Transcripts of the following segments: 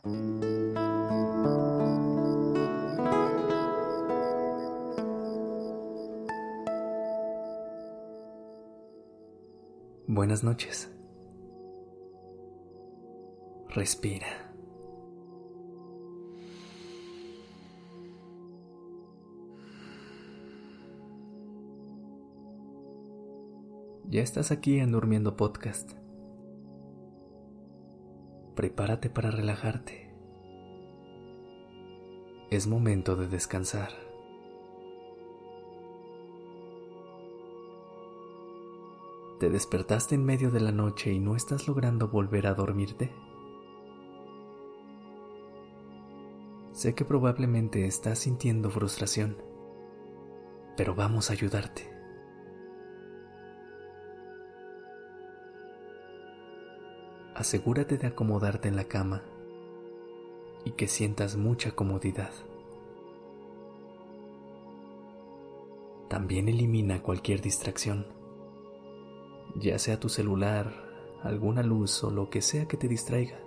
Buenas noches. Respira. Ya estás aquí en Durmiendo Podcast. Prepárate para relajarte. Es momento de descansar. ¿Te despertaste en medio de la noche y no estás logrando volver a dormirte? Sé que probablemente estás sintiendo frustración, pero vamos a ayudarte. Asegúrate de acomodarte en la cama y que sientas mucha comodidad. También elimina cualquier distracción, ya sea tu celular, alguna luz o lo que sea que te distraiga.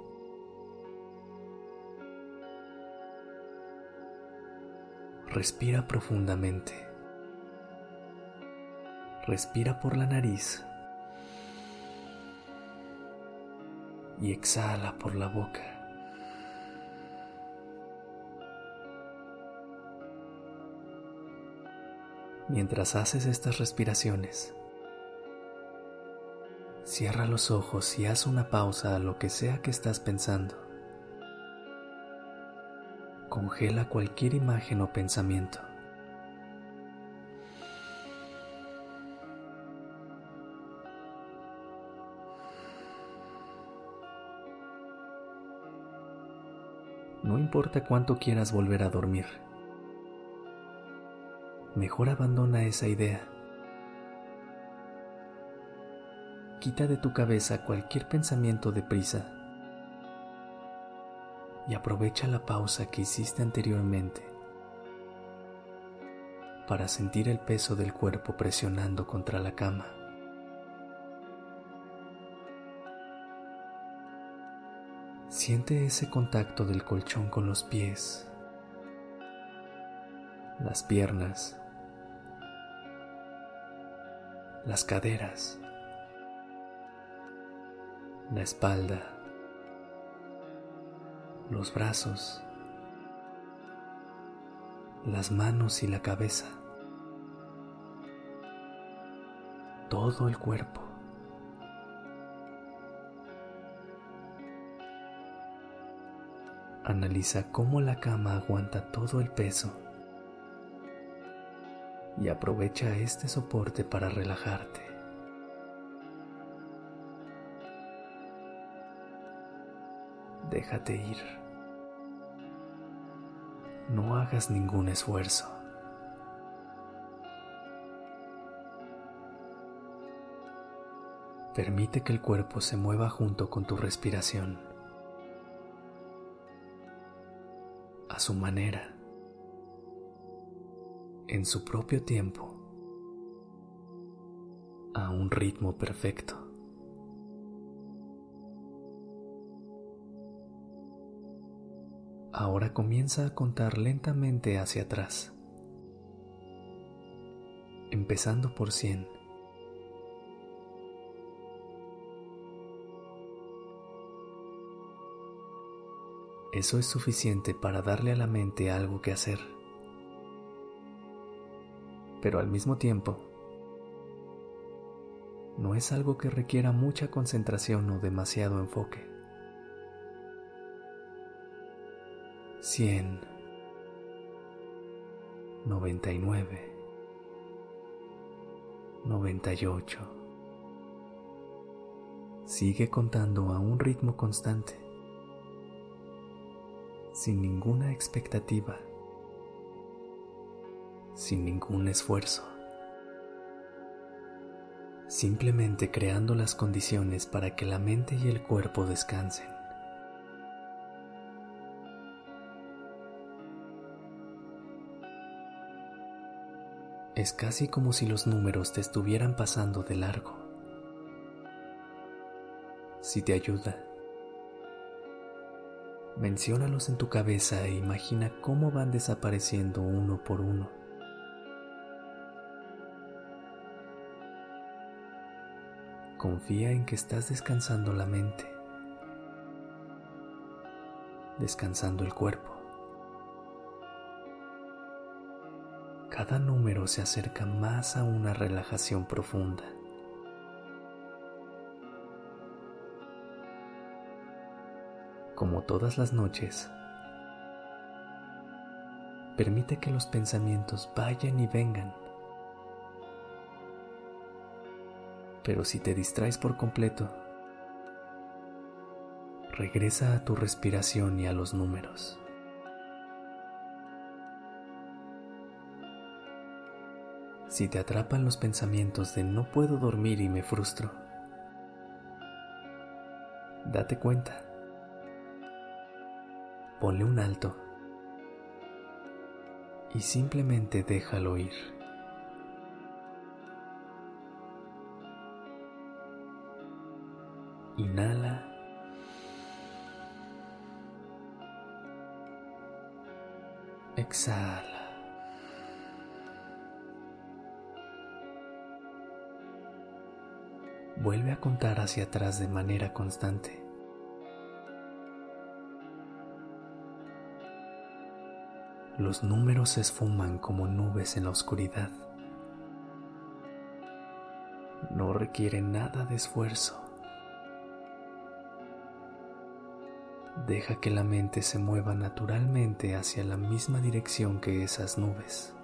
Respira profundamente. Respira por la nariz y exhala por la boca. Mientras haces estas respiraciones, cierra los ojos y haz una pausa a lo que sea que estás pensando. Congela cualquier imagen o pensamiento. No importa cuánto quieras volver a dormir. Mejor abandona esa idea. Quita de tu cabeza cualquier pensamiento de prisa y aprovecha la pausa que hiciste anteriormente para sentir el peso del cuerpo presionando contra la cama. Siente ese contacto del colchón con los pies, las piernas, las caderas, la espalda, los brazos, las manos y la cabeza, todo el cuerpo. Analiza cómo la cama aguanta todo el peso y aprovecha este soporte para relajarte. Déjate ir. No hagas ningún esfuerzo. Permite que el cuerpo se mueva junto con tu respiración, a su manera, en su propio tiempo, a un ritmo perfecto. Ahora comienza a contar lentamente hacia atrás, empezando por 100. Eso es suficiente para darle a la mente algo que hacer, pero al mismo tiempo, no es algo que requiera mucha concentración o demasiado enfoque. 100, 99, 98. Sigue contando a un ritmo constante, sin ninguna expectativa, sin ningún esfuerzo, simplemente creando las condiciones para que la mente y el cuerpo descansen. Es casi como si los números te estuvieran pasando de largo. Si te ayuda, Menciónalos en tu cabeza e imagina cómo van desapareciendo uno por uno. Confía en que estás descansando la mente, descansando el cuerpo. Cada número se acerca más a una relajación profunda. Como todas las noches, permite que los pensamientos vayan y vengan. Pero si te distraes por completo, regresa a tu respiración y a los números. Si te atrapan los pensamientos de no puedo dormir y me frustro, date cuenta. Ponle un alto y simplemente déjalo ir. Inhala. Exhala. Vuelve a contar hacia atrás de manera constante. Los números se esfuman como nubes en la oscuridad. No requieren nada de esfuerzo. Deja que la mente se mueva naturalmente hacia la misma dirección que esas nubes.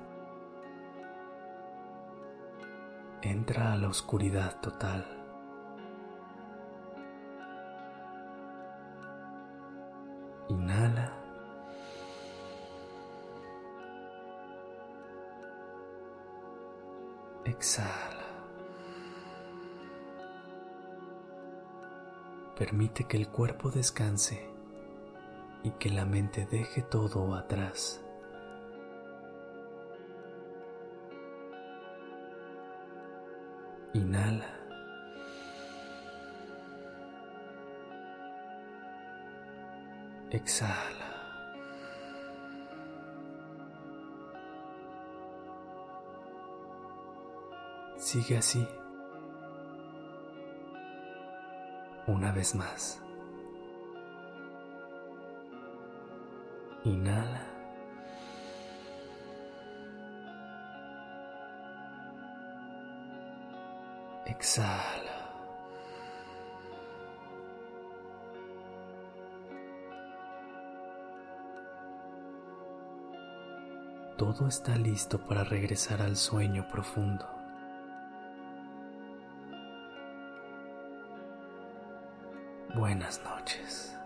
Entra a la oscuridad total. Inhala. Exhala. Permite que el cuerpo descanse y que la mente deje todo atrás. Inhala. Exhala. Sigue así. Una vez más. Inhala. Exhala. Todo está listo para regresar al sueño profundo. Buenas noches.